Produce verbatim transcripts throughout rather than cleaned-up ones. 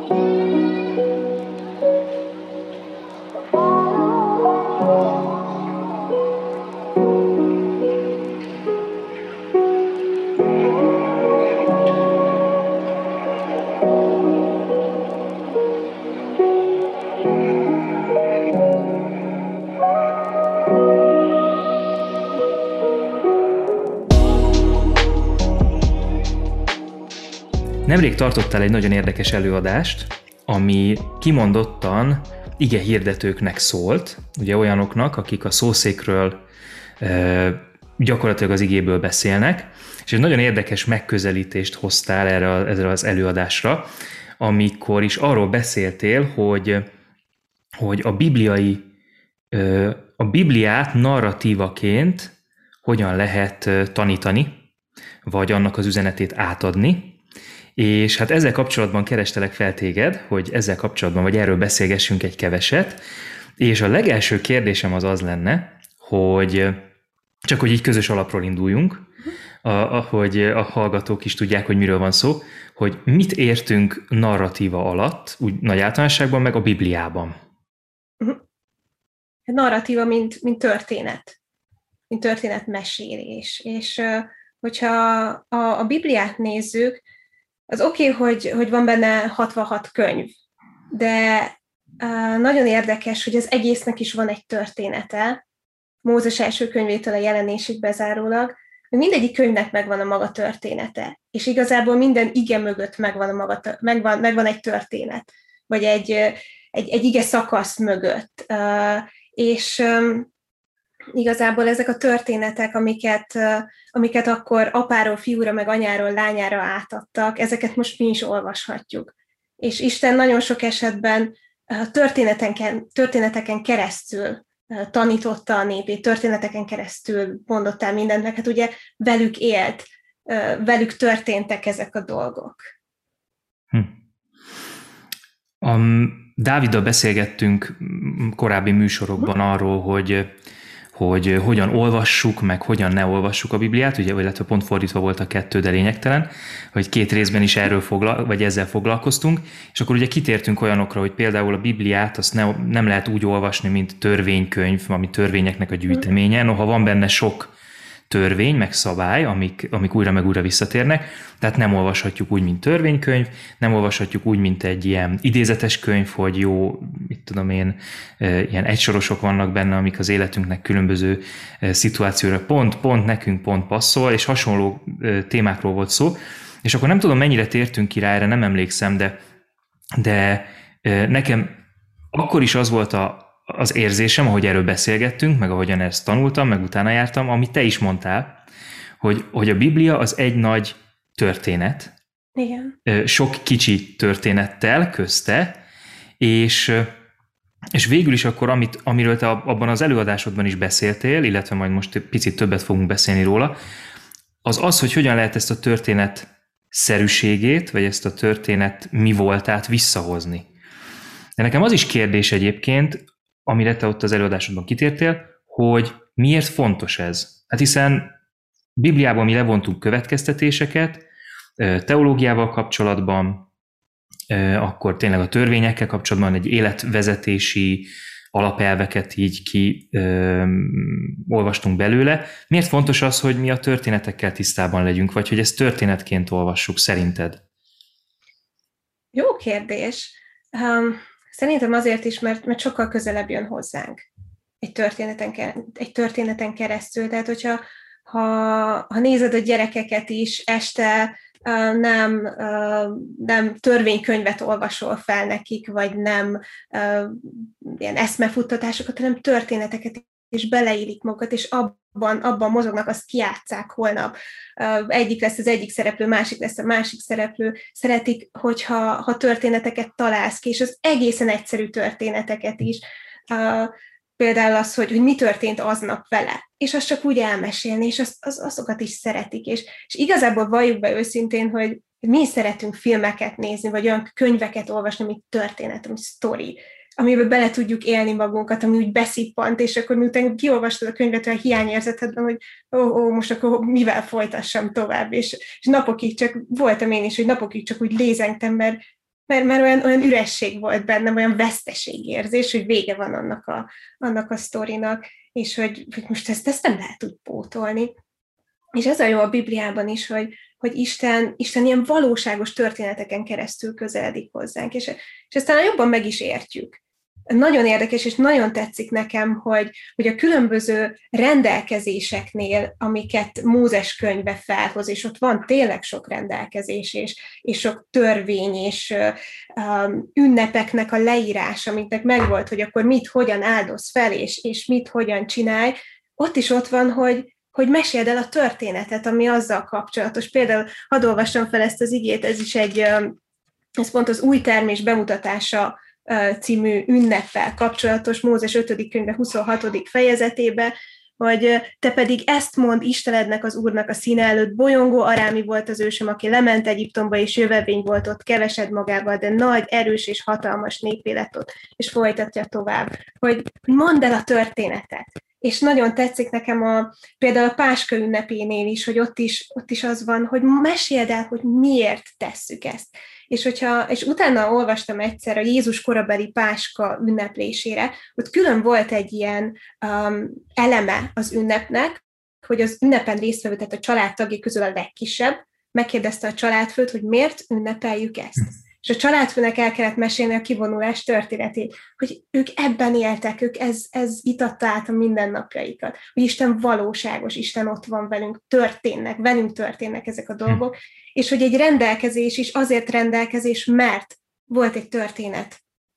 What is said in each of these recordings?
Nemrég tartottál egy nagyon érdekes előadást, ami kimondottan ige hirdetőknek szólt, ugye olyanoknak, akik a szószékről e, gyakorlatilag az igéből beszélnek, és egy nagyon érdekes megközelítést hoztál erre, erre az előadásra, amikor is arról beszéltél, hogy, hogy a bibliai, e, a Bibliát narratívaként hogyan lehet tanítani, vagy annak az üzenetét átadni. És hát ezzel kapcsolatban kerestelek fel téged, hogy ezzel kapcsolatban, vagy erről beszélgessünk egy keveset, és a legelső kérdésem az az lenne, hogy csak hogy így közös alapról induljunk, hogy a hallgatók is tudják, hogy miről van szó, hogy mit értünk narratíva alatt, úgy nagy általánosságban, meg a Bibliában. Narratíva, mint, mint történet, mint történetmesélés. És hogyha a, a Bibliát nézzük, az oké, okay, hogy, hogy van benne hatvanhat könyv, de uh, nagyon érdekes, hogy az egésznek is van egy története, Mózes első könyvétől a Jelenésig bezárólag, hogy mindegyik könyvnek megvan a maga története, és igazából minden ige mögött megvan, a maga, megvan, megvan egy történet, vagy egy, egy, egy ige szakasz mögött. Uh, és um, igazából ezek a történetek, amiket, amiket akkor apáról fiúra, meg anyáról lányára átadtak, ezeket most mi is olvashatjuk. És Isten nagyon sok esetben történeteken, történeteken keresztül tanította a népét, történeteken keresztül mondott el mindent, meg hát ugye velük élt, velük történtek ezek a dolgok. Hm. Um, Dáviddal beszélgettünk korábbi műsorokban hm. arról, hogy hogy hogyan olvassuk, meg hogyan ne olvassuk a Bibliát, ugye, illetve pont fordítva volt a kettő, de lényegtelen, hogy két részben is erről foglal, vagy ezzel foglalkoztunk, és akkor ugye kitértünk olyanokra, hogy például a Bibliát azt ne, nem lehet úgy olvasni, mint törvénykönyv, ami törvényeknek a gyűjteménye, noha van benne sok törvény, meg szabály, amik, amik újra meg újra visszatérnek, tehát nem olvashatjuk úgy, mint törvénykönyv, nem olvashatjuk úgy, mint egy ilyen idézetes könyv, hogy jó, mit tudom én, ilyen egysorosok vannak benne, amik az életünknek különböző szituációra pont, pont nekünk pont passzol, és hasonló témákról volt szó, és akkor nem tudom, mennyire tértünk ki rá, erre nem emlékszem, de, de nekem akkor is az volt a az érzésem, ahogy erről beszélgettünk, meg ahogyan ezt tanultam, meg utána jártam, amit te is mondtál, hogy, hogy a Biblia az egy nagy történet. Igen. Sok kicsi történettel közte, és, és végül is akkor, amit, amiről te abban az előadásodban is beszéltél, illetve majd most picit többet fogunk beszélni róla, az az, hogy hogyan lehet ezt a történet szerűségét, vagy ezt a történet mi voltát visszahozni. De nekem az is kérdés egyébként, amire te ott az előadásodban kitértél, hogy miért fontos ez? Hát hiszen Bibliában mi levontunk következtetéseket, teológiával kapcsolatban, akkor tényleg a törvényekkel kapcsolatban egy életvezetési alapelveket így ki ö, olvastunk belőle. Miért fontos az, hogy mi a történetekkel tisztában legyünk, vagy hogy ezt történetként olvassuk szerinted? Jó kérdés. Um... Szerintem azért is, mert, mert sokkal közelebb jön hozzánk egy történeten, egy történeten keresztül. Tehát, hogyha ha, ha nézed a gyerekeket is, este uh, nem, uh, nem törvénykönyvet olvasol fel nekik, vagy nem uh, ilyen eszmefuttatásokat, hanem történeteket, és beleélik magukat, és abban, abban mozognak, azt kijátsszák holnap. Uh, egyik lesz az egyik szereplő, másik lesz a másik szereplő. Szeretik, hogyha ha történeteket találsz ki, és az egészen egyszerű történeteket is. Uh, például az, hogy, hogy mi történt aznap vele, és azt csak úgy elmesélni, és az, az, azokat is szeretik. És, és igazából valljuk be őszintén, hogy mi is szeretünk filmeket nézni, vagy olyan könyveket olvasni, mint történet, mint sztori, amiben bele tudjuk élni magunkat, ami úgy beszippant, és akkor miután kiolvastad a könyvet, a hiányérzetedben, hogy ó, ó, most akkor mivel folytassam tovább, és, és napokig csak, voltam én is, hogy napokig csak úgy lézengtem, mert, mert, mert olyan, olyan üresség volt bennem, olyan veszteségérzés, hogy vége van annak a, annak a sztorinak, és hogy, hogy most ezt, ezt nem lehet úgy pótolni. És ez a jó a Bibliában is, hogy, hogy Isten, Isten ilyen valóságos történeteken keresztül közeledik hozzánk, és, és ezt talán jobban meg is értjük. Nagyon érdekes, és nagyon tetszik nekem, hogy, hogy a különböző rendelkezéseknél, amiket Mózes könyve felhoz, és ott van tényleg sok rendelkezés, és, és sok törvény, és um, ünnepeknek a leírás, amiknek megvolt, hogy akkor mit, hogyan áldoz fel, és, és mit, hogyan csinálj, ott is ott van, hogy, hogy meséld el a történetet, ami azzal kapcsolatos. Például hadd olvassam fel ezt az igét, ez is egy, ez pont az új termés bemutatása című ünneppel kapcsolatos, Mózes ötödik könyve huszonhatodik fejezetébe, hogy te pedig ezt mond Istenednek, az Úrnak a színe előtt, bolyongó arámi volt az ősöm, aki lement Egyiptomba, és jövevény volt ott, kevesed magával, de nagy, erős és hatalmas népé lett ott, és folytatja tovább, hogy mondd el a történetet. És nagyon tetszik nekem a, például a Páska ünnepénél is, hogy ott is, ott is az van, hogy meséld el, hogy miért tesszük ezt. És, hogyha, és utána olvastam egyszer a Jézus korabeli Páska ünneplésére, ott külön volt egy ilyen um, eleme az ünnepnek, hogy az ünnepen résztvevő, tehát a családtagjai közül a legkisebb, megkérdezte a családfőt, hogy miért ünnepeljük ezt. És a családfőnek el kellett mesélni a kivonulás történetét, hogy ők ebben éltek, ők ez, ez itatta át a mindennapjaikat, hogy Isten valóságos, Isten ott van velünk, történnek, velünk történnek ezek a dolgok, és hogy egy rendelkezés is azért rendelkezés, mert volt egy történet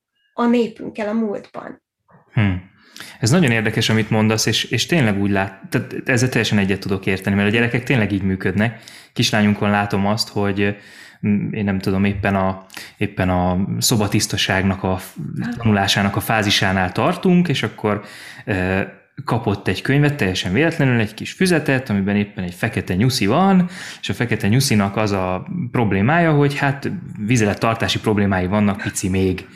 a népünkkel a múltban. Hmm. Ez nagyon érdekes, amit mondasz, és, és tényleg úgy lát, tehát ezzel teljesen egyet tudok érteni, mert a gyerekek tényleg így működnek. Kislányunkon látom azt, hogy én nem tudom, éppen a, éppen a szobatisztaságnak a tanulásának a fázisánál tartunk, és akkor e, kapott egy könyvet, teljesen véletlenül egy kis füzetet, amiben éppen egy fekete nyuszi van, és a fekete nyuszinak az a problémája, hogy hát vizelettartási problémái vannak, pici még.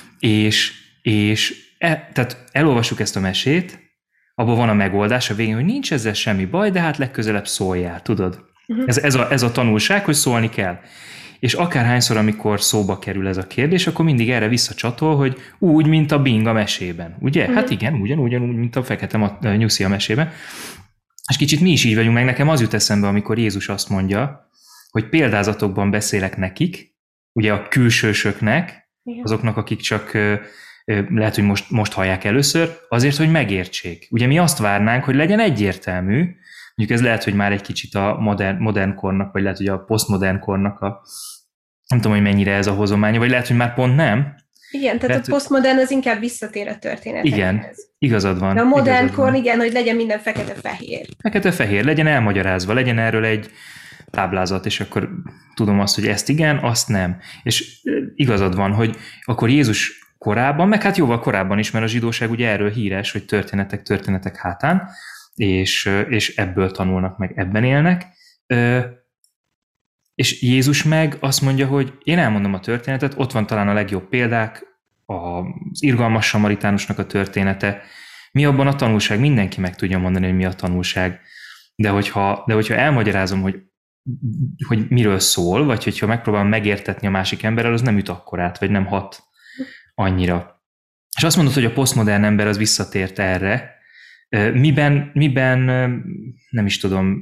És, és e, tehát elolvassuk ezt a mesét, abban van a megoldás a végén, hogy nincs ezzel semmi baj, de hát legközelebb szóljál, tudod? Uh-huh. Ez, ez, a, ez a tanulság, hogy szólni kell. És akárhányszor, amikor szóba kerül ez a kérdés, akkor mindig erre visszacsatol, hogy úgy, mint a Bing a mesében. Ugye? Uh-huh. Hát igen, ugyan, ugyanúgy, mint a fekete nyuszi a mesében. És kicsit mi is így vagyunk, meg nekem az jut eszembe, amikor Jézus azt mondja, hogy példázatokban beszélek nekik, ugye a külsősöknek, azoknak, akik csak lehet, hogy most, most hallják először, azért, hogy megértsék. Ugye mi azt várnánk, hogy legyen egyértelmű, mondjuk ez lehet, hogy már egy kicsit a modern, modern kornak, vagy lehet, hogy a posztmodern kornak a, nem tudom, hogy mennyire ez a hozománya, vagy lehet, hogy már pont nem. Igen, tehát lehet, a posztmodern az inkább visszatér a történetekhez. Igen, igazad van. De a modern kor, igen, hogy legyen minden fekete-fehér. Fekete-fehér, legyen elmagyarázva, legyen erről egy táblázat, és akkor tudom azt, hogy ezt igen, azt nem. És igazad van, hogy akkor Jézus korában, meg hát jóval korábban is, mert a zsidóság ugye erről híres, hogy történetek, történetek hátán, és, és ebből tanulnak, meg ebben élnek. És Jézus meg azt mondja, hogy én elmondom a történetet, ott van talán a legjobb példák, az irgalmas samaritánusnak a története. Mi abban a tanulság? Mindenki meg tudja mondani, hogy mi a tanulság. De hogyha, de hogyha elmagyarázom, hogy, hogy miről szól, vagy hogyha megpróbálom megértetni a másik emberrel, az nem üt akkorát, vagy nem hat annyira. És azt mondod, hogy a posztmodern ember az visszatért erre. Miben, miben nem is tudom,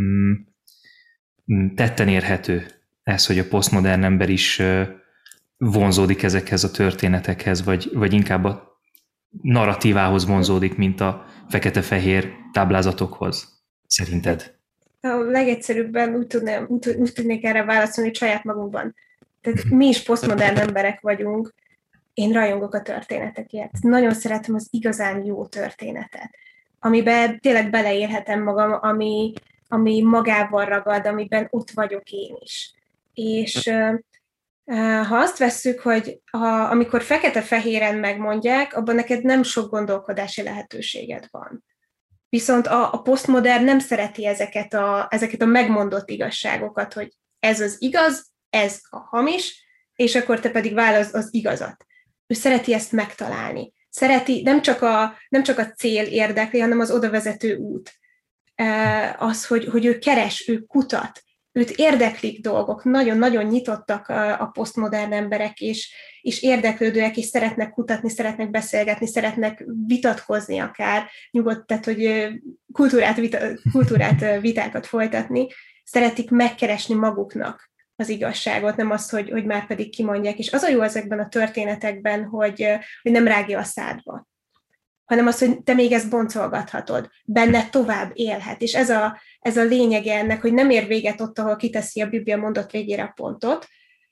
tetten érhető ez, hogy a posztmodern ember is vonzódik ezekhez a történetekhez, vagy, vagy inkább a narratívához vonzódik, mint a fekete-fehér táblázatokhoz, szerinted? A legegyszerűbben úgy, tudnám, úgy, úgy tudnék erre válaszolni, hogy saját magunkban. Tehát mi is posztmodern emberek vagyunk, én rajongok a történetekért. Nagyon szeretem az igazán jó történetet, amiben tényleg beleérhetem magam, ami, ami magával ragad, amiben ott vagyok én is. És ha azt vesszük, hogy a, amikor fekete-fehéren megmondják, abban neked nem sok gondolkodási lehetőséged van. Viszont a, a posztmodern nem szereti ezeket a, ezeket a megmondott igazságokat, hogy ez az igaz, ez a hamis, és akkor te pedig válasz az igazat. Ő szereti ezt megtalálni. Szereti, nem csak a, nem csak a cél érdekli, hanem az odavezető út. Az, hogy, hogy ő keres, ő kutat. őt érdeklik dolgok, nagyon-nagyon nyitottak a, a posztmodern emberek, és, és érdeklődőek, és szeretnek kutatni, szeretnek beszélgetni, szeretnek vitatkozni akár, nyugodt, tehát hogy kultúrát, vita, kultúrát vitákat folytatni, szeretik megkeresni maguknak az igazságot, nem azt, hogy, hogy már pedig kimondják. És az a jó ezekben a történetekben, hogy, hogy nem rágja a szádba, hanem az, hogy te még ezt boncolgathatod, benne tovább élhet. És ez a, ez a lényege ennek, hogy nem ér véget ott, ahol kiteszi a Biblia mondat végére a pontot,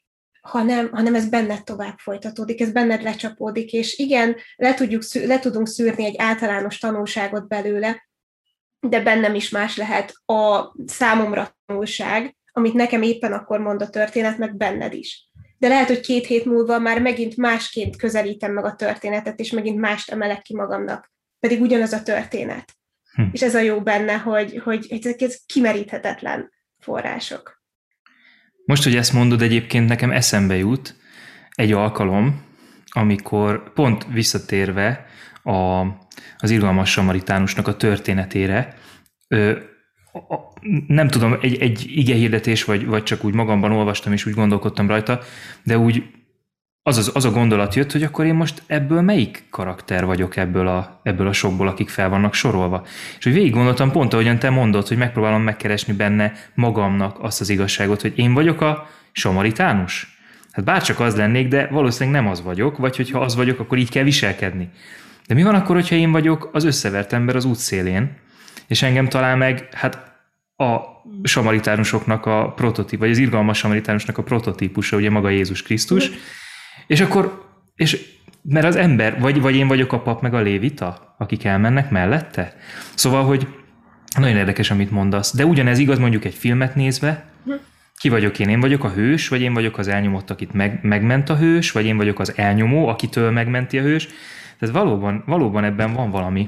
hanem, hanem ez benned tovább folytatódik, ez benned lecsapódik, és igen, le, tudjuk, le tudunk szűrni egy általános tanulságot belőle, de bennem is más lehet a számomra tanulság, amit nekem éppen akkor mond a történet, meg benned is. De lehet, hogy két hét múlva már megint másként közelítem meg a történetet, és megint mást emelek ki magamnak. Pedig ugyanaz a történet. Hm. És ez a jó benne, hogy, hogy ezek ez kimeríthetetlen források. Most, hogy ezt mondod, egyébként nekem eszembe jut egy alkalom, amikor pont visszatérve a, az irgalmas samaritánusnak a történetére, ö, a, nem tudom, egy, egy igehirdetés, vagy, vagy csak úgy magamban olvastam, és úgy gondolkodtam rajta, de úgy az, az, az a gondolat jött, hogy akkor én most ebből melyik karakter vagyok ebből a, ebből a sokból, akik fel vannak sorolva. És hogy végig gondoltam pont, ahogyan te mondod, hogy megpróbálom megkeresni benne magamnak azt az igazságot, hogy én vagyok a samaritánus. Hát bárcsak az lennék, de valószínűleg nem az vagyok, vagy hogyha az vagyok, akkor így kell viselkedni. De mi van akkor, hogyha én vagyok az összevert ember az útszélén, és engem talál meg, hát a samaritánusoknak a prototíp, vagy az irgalmas samaritánusnak a prototípusa, ugye maga Jézus Krisztus, mm. és akkor, és mert az ember, vagy, vagy én vagyok a pap meg a lévita, akik elmennek mellette. Szóval, hogy nagyon érdekes, amit mondasz, de ugyanez igaz mondjuk egy filmet nézve, ki vagyok én? Én vagyok a hős, vagy én vagyok az elnyomott, akit meg, megment a hős, vagy én vagyok az elnyomó, akitől megmenti a hős. Tehát valóban, valóban ebben van valami.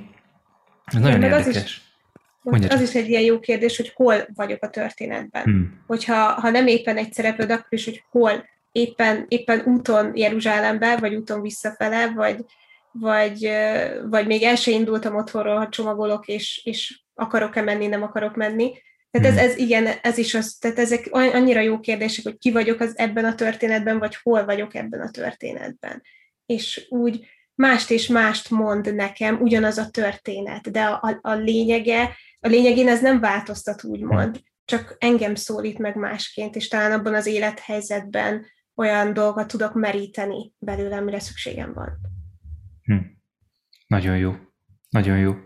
Ez nagyon meg érdekes. Az is, most az is egy ilyen jó kérdés, hogy hol vagyok a történetben. Hmm. Hogyha ha nem éppen egy szereplőd, akkor is, hogy hol éppen, éppen úton Jeruzsálembe, vagy úton visszafele, vagy, vagy, vagy még el se indultam otthonról, ha csomagolok, és, és akarok-e menni, nem akarok menni. Tehát ez, ez igen, ez is az, tehát ezek annyira jó kérdések, hogy ki vagyok az ebben a történetben, vagy hol vagyok ebben a történetben. És úgy mást és mást mond nekem ugyanaz a történet, de a, a, a lényege, a lényegén ez nem változtat, úgymond, csak engem szólít meg másként, és talán abban az élethelyzetben olyan dolgot tudok meríteni belőle, amire szükségem van. Hm. Nagyon jó. Nagyon jó.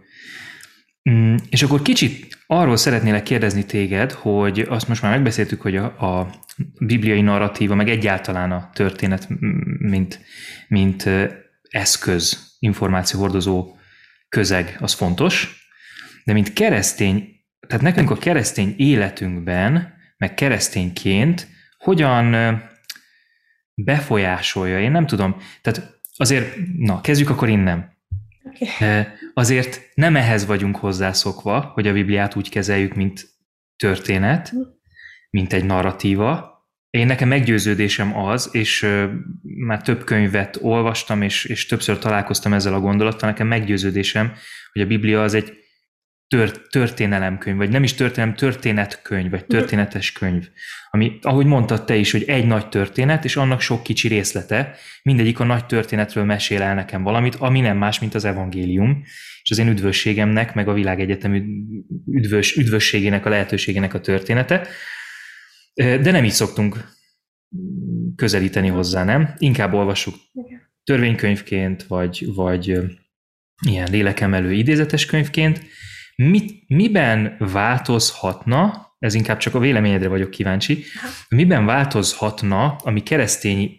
Mm, és akkor kicsit arról szeretnélek kérdezni téged, hogy azt most már megbeszéltük, hogy a, a bibliai narratíva, meg egyáltalán a történet, mint, mint eszköz, információhordozó közeg, az fontos, de mint keresztény, tehát nekünk a keresztény életünkben, meg keresztényként hogyan befolyásolja, én nem tudom, tehát azért, na, kezdjük akkor innen. Okay. Azért nem ehhez vagyunk hozzászokva, hogy a Bibliát úgy kezeljük, mint történet, mint egy narratíva. Én nekem meggyőződésem az, és már több könyvet olvastam, és, és többször találkoztam ezzel a gondolattal, nekem meggyőződésem, hogy a Biblia az egy tört, történelemkönyv, vagy nem is történelem, történetkönyv, vagy történetes könyv. Ami, ahogy mondtad te is, hogy egy nagy történet, és annak sok kicsi részlete, mindegyik a nagy történetről mesél el nekem valamit, ami nem más, mint az evangélium, és az én üdvösségemnek, meg a világegyetem üdvös, üdvösségének, a lehetőségének a története. De nem így szoktunk közelíteni hozzá, nem? Inkább olvassuk törvénykönyvként, vagy, vagy ilyen lélekemelő idézetes könyvként. Mit, miben változhatna, ez inkább csak a véleményedre vagyok kíváncsi, miben változhatna a mi keresztény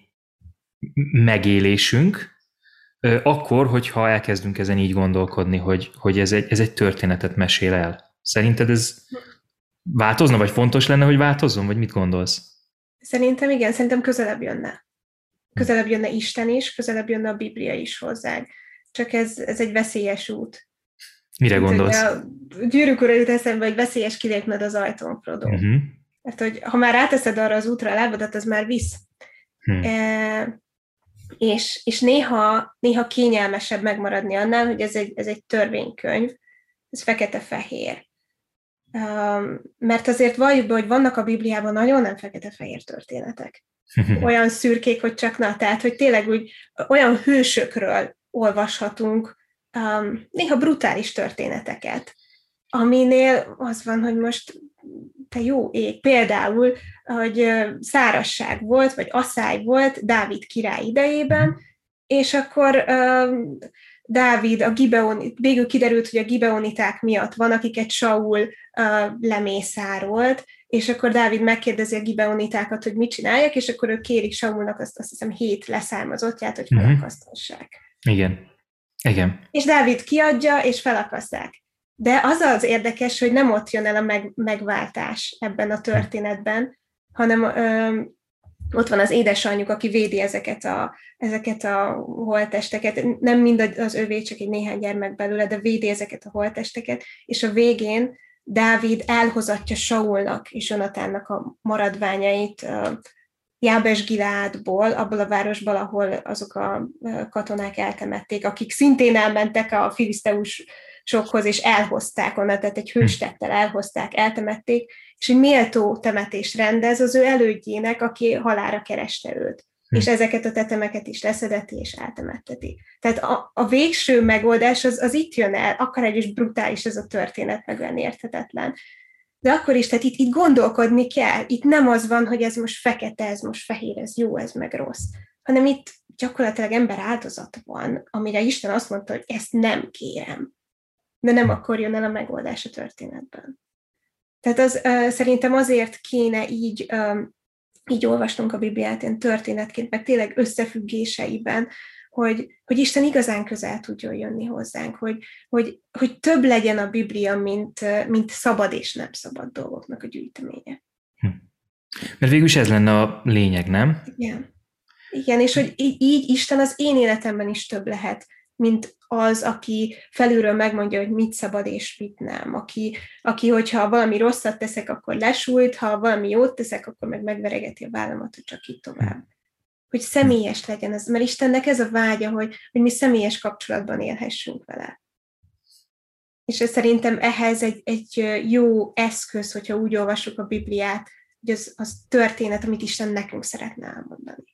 megélésünk akkor, hogyha elkezdünk ezen így gondolkodni, hogy, hogy ez, egy, ez egy történetet mesél el. Szerinted ez változna, vagy fontos lenne, hogy változzon, vagy mit gondolsz? Szerintem igen, szerintem közelebb jönne. Közelebb jönne Isten is, közelebb jönne a Biblia is hozzánk. Csak ez, ez egy veszélyes út. Mire Mint, gondolsz? A Gyűrűk ura jut eszembe, hogy veszélyes kilépned az ajtón, Frodo. Uh-huh. Mert hogy ha már ráteszed arra az útra a lábadat, az már visz. Hmm. E, és, és néha, néha kényelmesebb megmaradni annál, hogy ez egy, ez egy törvénykönyv, ez fekete-fehér. mert azért valljuk be, hogy vannak a Bibliában nagyon nem fekete-fehér történetek. Olyan szürkék, hogy csak na, tehát, hogy tényleg úgy olyan hősökről olvashatunk um, néha brutális történeteket, aminél az van, hogy most te jó ég, például, hogy szárazság volt, vagy asszály volt Dávid király idejében, és akkor um, Dávid, a Gibeon, végül kiderült, hogy a gibeoniták miatt van, akiket Saul uh, lemészárolt, és akkor Dávid megkérdezi a gibeonitákat, hogy mit csinálják, és akkor ők kérik Saulnak azt, azt hiszem hét leszármazottját, hogy felakasztassák. Igen. Igen. És Dávid kiadja, és felakaszták. De az az érdekes, hogy nem ott jön el a meg, megváltás ebben a történetben, hanem ö, ott van az édesanyjuk, aki védi ezeket a, ezeket a holttesteket. Nem mind az övé, csak egy néhány gyermek belőle, de védi ezeket a holttesteket, és a végén Dávid elhozatja Saulnak és Jonatánnak a maradványait Jábes Gileádból, abból a városból, ahol azok a katonák eltemették, akik szintén elmentek a filiszteusokhoz, és elhozták onnan, tehát egy hőstettel elhozták, eltemették, és egy méltó temetést rendez az ő elődjének, aki halálra kereste őt. Hm. És ezeket a tetemeket is leszedeti és eltemetteti. Tehát a, a végső megoldás az, az itt jön el, akár egy is brutális ez a történet, meg olyan érthetetlen. De akkor is, tehát itt, itt gondolkodni kell. Itt nem az van, hogy ez most fekete, ez most fehér, ez jó, ez meg rossz. Hanem itt gyakorlatilag ember áldozat van, amire Isten azt mondta, hogy ezt nem kérem. De nem akkor jön el a megoldás a történetben. Tehát az, uh, szerintem azért kéne így, um, így olvasnunk a Bibliát ilyen történetként, meg tényleg összefüggéseiben, hogy, hogy Isten igazán közel tudjon jönni hozzánk, hogy, hogy, hogy több legyen a Biblia, mint, mint szabad és nem szabad dolgoknak a gyűjteménye. Hm. Mert végülis ez lenne a lényeg, nem? Igen. Igen, és hogy így, így Isten az én életemben is több lehet, mint az, aki felülről megmondja, hogy mit szabad és mit nem. Aki, aki hogyha valami rosszat teszek, akkor lesújt, ha valami jót teszek, akkor meg megveregeti a vállamat, hogy csak így tovább. Hogy személyes legyen ez, mert Istennek ez a vágya, hogy, hogy mi személyes kapcsolatban élhessünk vele. És ez szerintem ehhez egy, egy jó eszköz, hogyha úgy olvassuk a Bibliát, hogy az, az történet, amit Isten nekünk szeretne elmondani.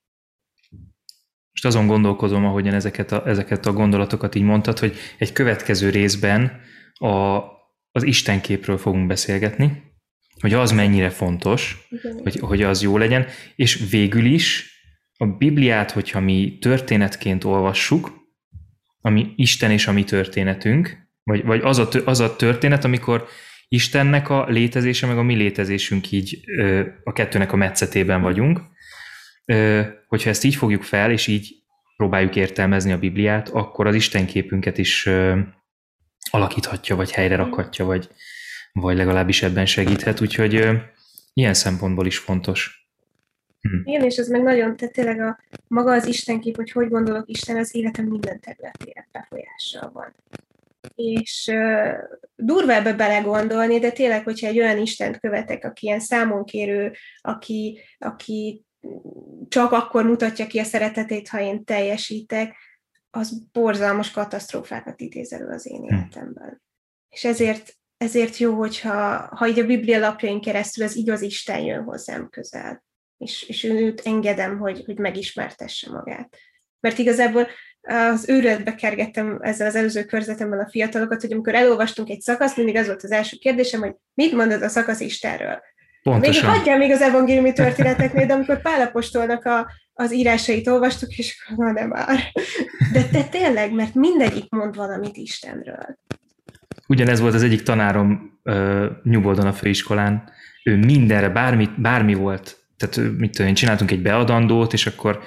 Most azon gondolkozom, ahogyan ezeket a, ezeket a gondolatokat így mondtad, hogy egy következő részben a, az Istenképről fogunk beszélgetni, hogy az mennyire fontos, hogy, hogy az jó legyen, és végül is a Bibliát, hogyha mi történetként olvassuk, ami Isten és a mi történetünk, vagy, vagy az, a, az a történet, amikor Istennek a létezése, meg a mi létezésünk így a kettőnek a metszetében vagyunk, hogyha ezt így fogjuk fel, és így próbáljuk értelmezni a Bibliát, akkor az Istenképünket is alakíthatja, vagy helyre rakhatja, vagy, vagy legalábbis ebben segíthet, úgyhogy ilyen szempontból is fontos. Hm. Igen, és ez meg nagyon, tehát tényleg a maga az Istenkép, hogy hogy gondolok Isten, az életem minden területére befolyással van. És uh, durva ebbe belegondolni, de tényleg, hogyha egy olyan Istent követek, aki ilyen számonkérő, aki, aki csak akkor mutatja ki a szeretetét, ha én teljesítek, az borzalmas katasztrófákat idéz elő az én életemben. Hm. És ezért, ezért jó, hogyha ha így a Biblia lapjain keresztül az igaz Isten jön hozzám közel. És, és őt engedem, hogy, hogy megismertesse magát. Mert igazából az őrületbe kergettem ezzel az előző körzetemben a fiatalokat, hogy amikor elolvastunk egy szakaszt, mindig az volt az első kérdésem, hogy mit mondod a szakasz Istenről? Pontosan. Még hagyjál még az evangéliumi történeteknél, de amikor Pál apostolnak a, az írásait olvastuk, és na nem már. De te tényleg, mert mindegyik mond valamit Istenről. Ugyanez volt az egyik tanárom uh, Nyugoldon a főiskolán. Ő mindenre, bármi, bármi volt, tehát mit tudom én, csináltunk egy beadandót, és akkor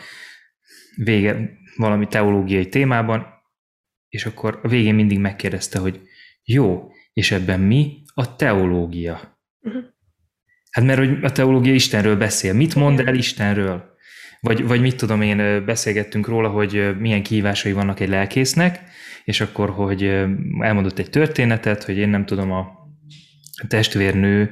vége valami teológiai témában, és akkor a végén mindig megkérdezte, hogy jó, és ebben mi a teológia? Uh-huh. Hát mert hogy a teológia Istenről beszél. Mit mond el Istenről? Vagy, vagy mit tudom én, beszélgettünk róla, hogy milyen kihívásai vannak egy lelkésznek, és akkor, hogy elmondott egy történetet, hogy én nem tudom, a testvérnő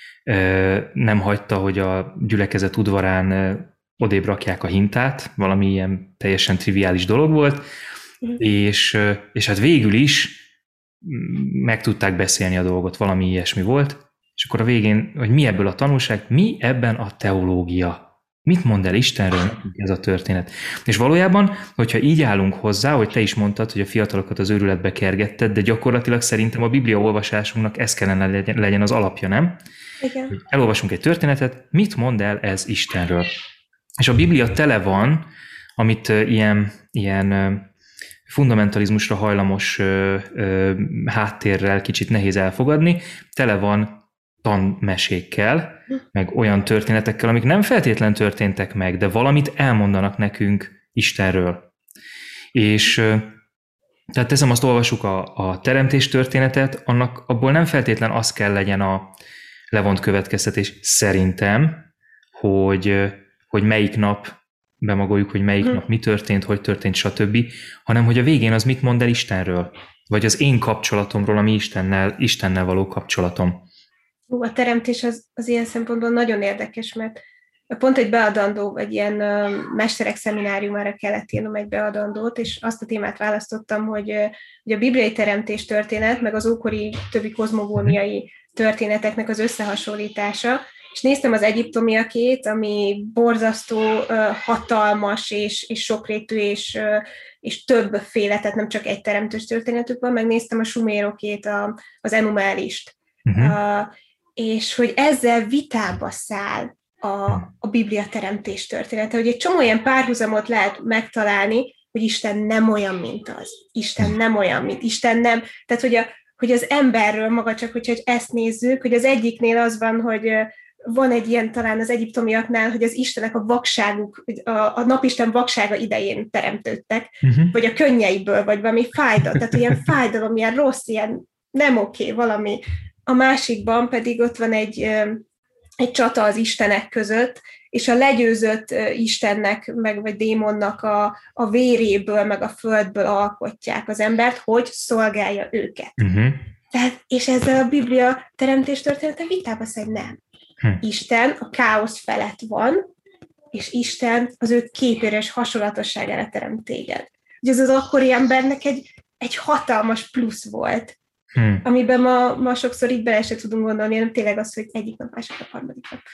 nem hagyta, hogy a gyülekezet udvarán odébb rakják a hintát, valami ilyen teljesen triviális dolog volt, mm. és, és hát végül is meg tudták beszélni a dolgot, valami ilyesmi volt, és akkor a végén, hogy mi ebből a tanulság, mi ebben a teológia? Mit mond el Istenről nekünk ez a történet? És valójában, hogyha így állunk hozzá, hogy te is mondtad, hogy a fiatalokat az őrületbe kergetted, de gyakorlatilag szerintem a Biblia olvasásunknak ez kellene legyen, legyen az alapja, nem? Igen. Hogy elolvasunk egy történetet, mit mond el ez Istenről? És a Biblia tele van, amit uh, ilyen, ilyen uh, fundamentalizmusra hajlamos uh, uh, háttérrel kicsit nehéz elfogadni, tele van tanmesékkel, meg olyan történetekkel, amik nem feltétlen történtek meg, de valamit elmondanak nekünk Istenről. És uh, tehát teszem, azt olvasuk a, a teremtés történetet, annak abból nem feltétlen az kell legyen a levont következtetés szerintem, hogy, hogy melyik nap, bemagoljuk, hogy melyik hmm. nap mi történt, hogy történt, stb., hanem hogy a végén az mit mond el Istenről, vagy az én kapcsolatomról, ami Istennel, Istennel való kapcsolatom. A teremtés az, az ilyen szempontból nagyon érdekes, mert pont egy beadandó, vagy ilyen uh, mesterek szemináriumára kellett írnom egy beadandót, és azt a témát választottam, hogy, uh, hogy a bibliai teremtés történet, meg az ókori többi kozmogóniai történeteknek az összehasonlítása, és néztem az egyiptomiakét, ami borzasztó, uh, hatalmas, és, és sokrétű, és, uh, és többféle, tehát nem csak egy teremtős történetük van, megnéztem a sumérokét, a, az Enumálist, uh-huh. uh, és hogy ezzel vitába száll a, a Biblia teremtés története, hogy egy csomó ilyen párhuzamot lehet megtalálni, hogy Isten nem olyan, mint az. Isten nem olyan, mint Isten nem. Tehát, hogy, a, hogy az emberről maga csak, hogyha ezt nézzük, hogy az egyiknél az van, hogy van egy ilyen talán az egyiptomiaknál, hogy az Istenek a vakságuk, a, a napisten vaksága idején teremtődtek, uh-huh. vagy a könnyeiből, vagy valami fájdalom, tehát ilyen fájdalom, ilyen rossz, ilyen nem oké, valami. A másikban pedig ott van egy, egy csata az istenek között, és a legyőzött istennek, meg vagy démonnak a, a véréből, meg a földből alkotják az embert, hogy szolgálja őket. Uh-huh. Tehát, és ezzel a Biblia teremtés története vitába szerint nem. Uh-huh. Isten a káosz felett van, és Isten az ő képére és hasonlatosságára teremt téged. Ugye ez az akkori embernek egy, egy hatalmas plusz volt, Hmm. amiben ma, ma sokszor így bele se tudunk gondolni, hanem tényleg az, hogy egyik nap, másik nap, harmadik nap.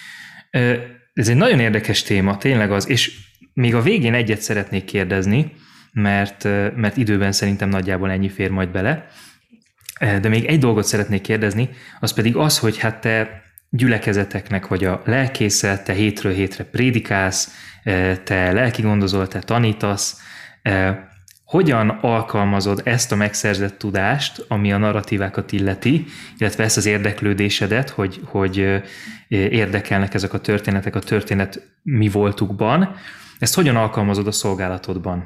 Ez egy nagyon érdekes téma, tényleg az, és még a végén egyet szeretnék kérdezni, mert, mert időben szerintem nagyjából ennyi fér majd bele, de még egy dolgot szeretnék kérdezni, az pedig az, hogy hát te gyülekezeteknek vagy a lelkésze, te hétről hétre prédikálsz, te lelkigondozol, te tanítasz, hogyan alkalmazod ezt a megszerzett tudást, ami a narratívákat illeti, illetve ezt az érdeklődésedet, hogy, hogy érdekelnek ezek a történetek a történet mi voltukban, ezt hogyan alkalmazod a szolgálatodban?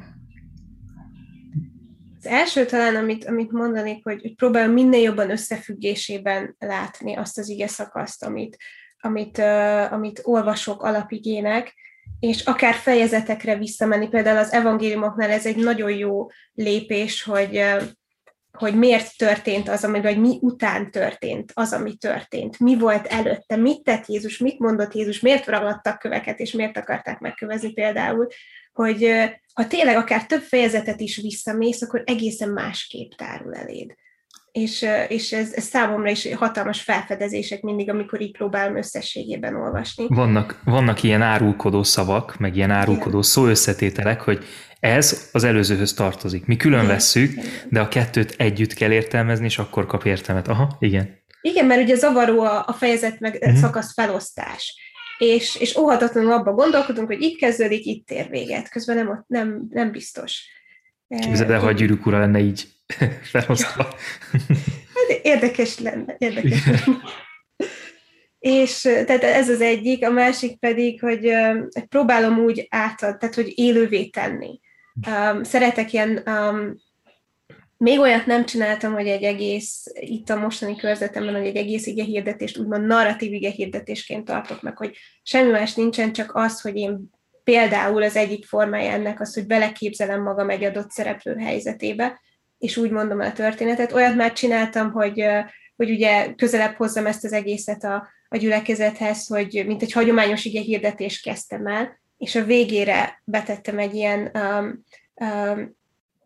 Az első talán, amit, amit mondanék, hogy, hogy próbálom minél jobban összefüggésében látni azt az ige szakaszt, amit, amit, uh, amit olvasok alapigének, és akár fejezetekre visszamenni, például az evangéliumoknál ez egy nagyon jó lépés, hogy, hogy miért történt az, ami, vagy mi után történt az, ami történt. Mi volt előtte, mit tett Jézus, mit mondott Jézus, miért ragadtak köveket, és miért akarták megkövezni például, hogy ha tényleg akár több fejezetet is visszamész, akkor egészen másképp tárul eléd. És, és ez, ez számomra is hatalmas felfedezések mindig, amikor így próbálom összességében olvasni. Vannak, vannak ilyen árulkodó szavak, meg ilyen árulkodó szóösszetételek, hogy ez az előzőhöz tartozik. Mi külön vesszük, de a kettőt együtt kell értelmezni, és akkor kap értelmet. Aha, igen. Igen, mert ugye zavaró a, a fejezet meg uh-huh. szakasz felosztás. És, és óhatatlanul abban gondolkodunk, hogy itt kezdődik, itt ér véget. Közben nem, nem, nem biztos. Képzeld el, ha a Gyűrűk ura lenne így felosztva. Hát érdekes lenne, érdekes lenne. És tehát ez az egyik, a másik pedig, hogy uh, próbálom úgy átad, tehát hogy élővé tenni. Um, szeretek ilyen, um, még olyat nem csináltam, hogy egy egész, itt a mostani körzetemben, hogy egy egész igehirdetést úgymond narratív igehirdetésként tartok meg, hogy semmi más nincsen, csak az, hogy én például az egyik formája ennek az, hogy beleképzelem magam egy adott szereplő helyzetébe, és úgy mondom el a történetet. Olyat már csináltam, hogy, hogy ugye közelebb hozzam ezt az egészet a, a gyülekezethez, hogy mint egy hagyományos igehirdetést kezdtem el, és a végére betettem egy ilyen um, um,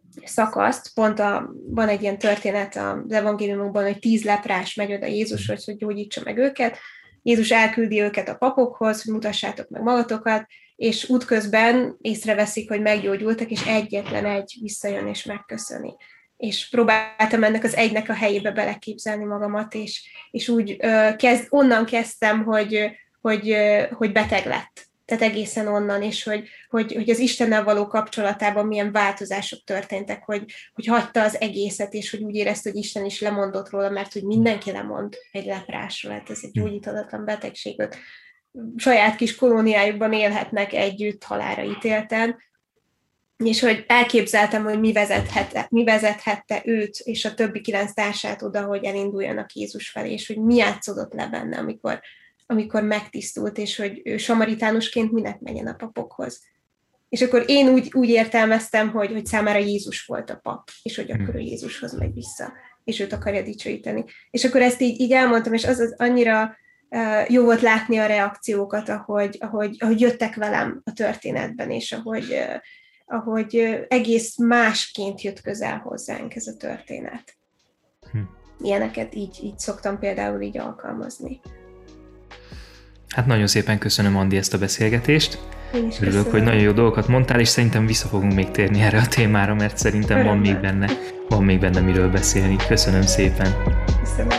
szakaszt, pont a, van egy ilyen történet az evangéliumokban, hogy tíz leprás megy oda Jézushoz, hogy gyógyítsa meg őket. Jézus elküldi őket a papokhoz, hogy mutassátok meg magatokat, és útközben észreveszik, hogy meggyógyultak, és egyetlen egy visszajön és megköszöni. És próbáltam ennek az egynek a helyébe beleképzelni magamat, és, és úgy uh, kezd, onnan kezdtem, hogy, hogy, uh, hogy beteg lett. Tehát egészen onnan, és hogy, hogy, hogy az Istennel való kapcsolatában milyen változások történtek, hogy, hogy hagyta az egészet, és hogy úgy érezte, hogy Isten is lemondott róla, mert hogy mindenki lemond egy leprásról, hát ez egy gyógyíthatatlan betegség. Saját kis kolóniájukban élhetnek együtt halálra ítélten, és hogy elképzeltem, hogy mi vezethette, mi vezethette őt és a többi kilenc társát oda, hogy elinduljanak Jézus felé, és hogy mi játszódott le benne, amikor, amikor megtisztult, és hogy ő samaritánusként minek menjen a papokhoz. És akkor én úgy, úgy értelmeztem, hogy, hogy számára Jézus volt a pap, és hogy akkor ő Jézushoz megy vissza, és őt akarja dicsőíteni. És akkor ezt így, így elmondtam, és az, az annyira uh, jó volt látni a reakciókat, ahogy, ahogy, ahogy jöttek velem a történetben, és ahogy, uh, ahogy uh, egész másként jött közel hozzánk ez a történet. Hm. Ilyeneket így, így szoktam például így alkalmazni. Hát nagyon szépen köszönöm, Andi, ezt a beszélgetést. Örülök, hogy nagyon jó dolgokat mondtál, és szerintem vissza fogunk még térni erre a témára, mert szerintem van még benne, van még benne miről beszélni. Köszönöm szépen. Köszönöm.